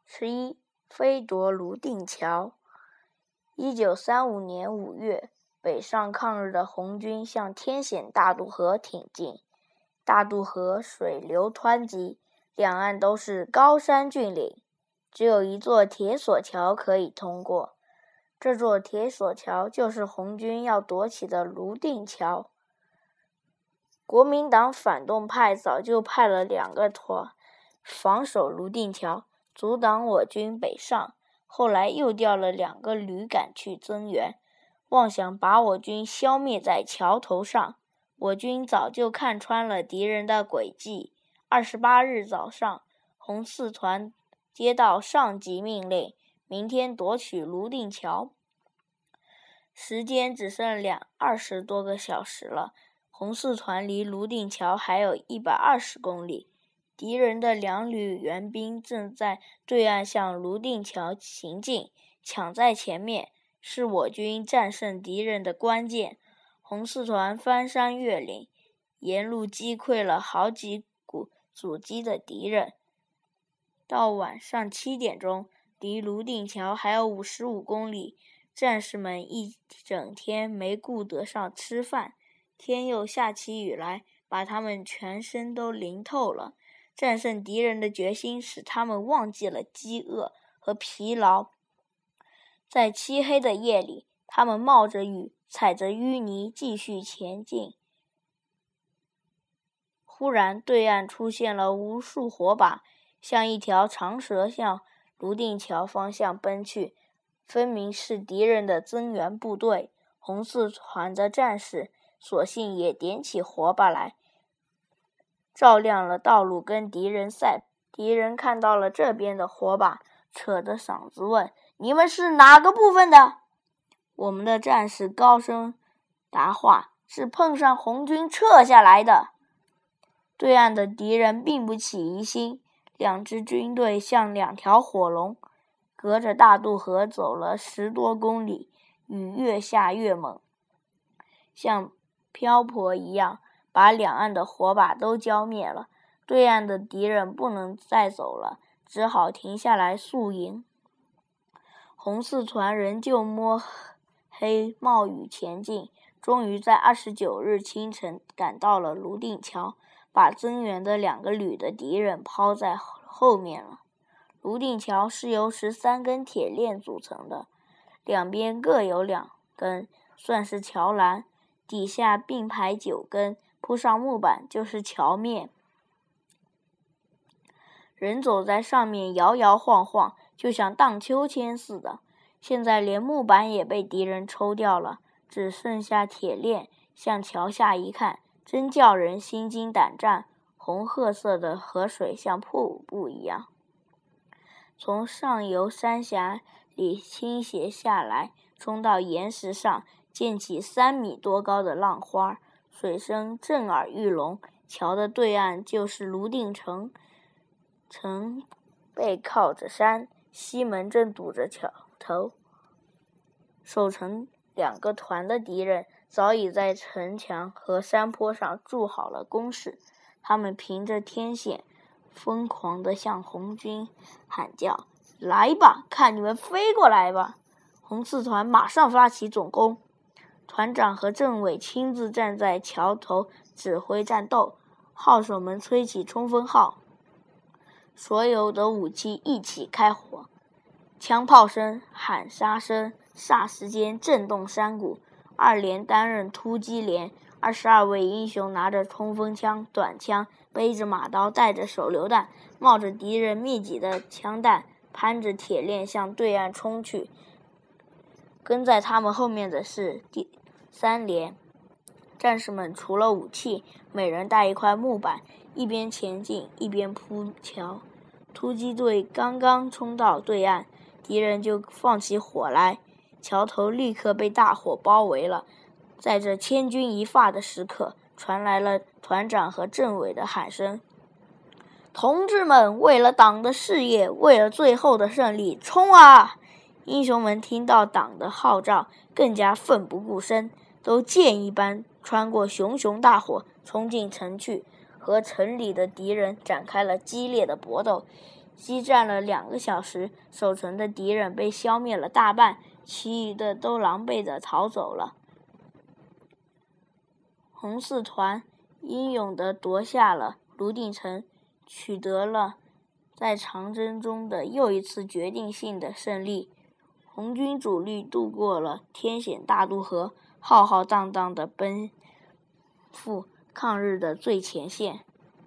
11. 飞夺泸定桥。1935年5月，北上抗日的红军向天险大渡河挺进。大渡河水流湍急，两岸都是高山峻岭，只有一座铁索桥可以通过。这座铁索桥就是红军要夺取的泸定桥。国民党反动派早就派了2个团防守泸定桥，阻挡我军北上，后来又调了2个旅赶去增援，妄想把我军消灭在桥头上。我军早就看穿了敌人的诡计。28日早上，红四团接到上级命令，明天夺取泸定桥。时间只剩20多个小时了，红四团离泸定桥还有120公里。敌人的2旅援兵正在对岸向泸定桥行进，抢在前面，是我军战胜敌人的关键。红四团翻山越岭，沿路击溃了好几股阻击的敌人。到晚上7点钟，离泸定桥还有55公里，战士们一整天没顾得上吃饭，天又下起雨来，把他们全身都淋透了。战胜敌人的决心使他们忘记了饥饿和疲劳。在漆黑的夜里，他们冒着雨，踩着淤泥继续前进。忽然，对岸出现了无数火把，像一条长蛇向泸定桥方向奔去，分明是敌人的增援部队。红四团的战士索性也点起火把来，照亮了道路跟敌人赛跑。敌人看到了这边的火把，扯着嗓子问：“你们是哪个部分的？”我们的战士高声答话：“是碰上红军撤下来的。”对岸的敌人并不起疑心，2支军队像2条火龙，隔着大渡河走了10多公里，雨越下越猛，像瓢泼一样把两岸的火把都浇灭了。对岸的敌人不能再走了，只好停下来宿营。红四团仍旧摸黑冒雨前进，终于在29日清晨赶到了泸定桥，把增援的2个旅的敌人抛在后面了。泸定桥是由13根铁链组成的，两边各有2根，算是桥栏，底下并排9根，铺上木板就是桥面。人走在上面摇摇晃晃，就像荡秋千似的。现在连木板也被敌人抽掉了，只剩下铁链。向桥下一看，真叫人心惊胆战，红褐色的河水像瀑布一样，从上游山峡里倾斜下来，冲到岩石上，溅起3米多高的浪花，水声震耳欲聋。桥的对岸就是泸定城，城背靠着山，西门正堵着桥头。守城2个团的敌人早已在城墙和山坡上筑好了工事，他们凭着天险，疯狂地向红军喊叫：“来吧，看你们飞过来吧！”红四团马上发起总攻，团长和政委亲自站在桥头指挥战斗，号手们吹起冲锋号，所有的武器一起开火，枪炮声、喊杀声霎时间震动山谷。2连担任突击连，22位英雄拿着冲锋枪、短枪，背着马刀，带着手榴弹，冒着敌人密集的枪弹，攀着铁链向对岸冲去。跟在他们后面的是第3连，战士们除了武器，每人带一块木板，一边前进一边铺桥。突击队刚刚冲到对岸，敌人就放起火来，桥头立刻被大火包围了。在这千钧一发的时刻，传来了团长和政委的喊声：“同志们，为了党的事业，为了最后的胜利，冲啊！”英雄们听到党的号召，更加奋不顾身，都箭一般穿过熊熊大火，冲进城去，和城里的敌人展开了激烈的搏斗。 激战了2个小时，守城的敌人被消灭了大半，其余的都狼狈地逃走了。红四团英勇地夺下了泸定城，取得了在长征中的又一次决定性的胜利。红军主力渡过了天险大渡河，浩浩荡荡地奔赴抗日的最前线。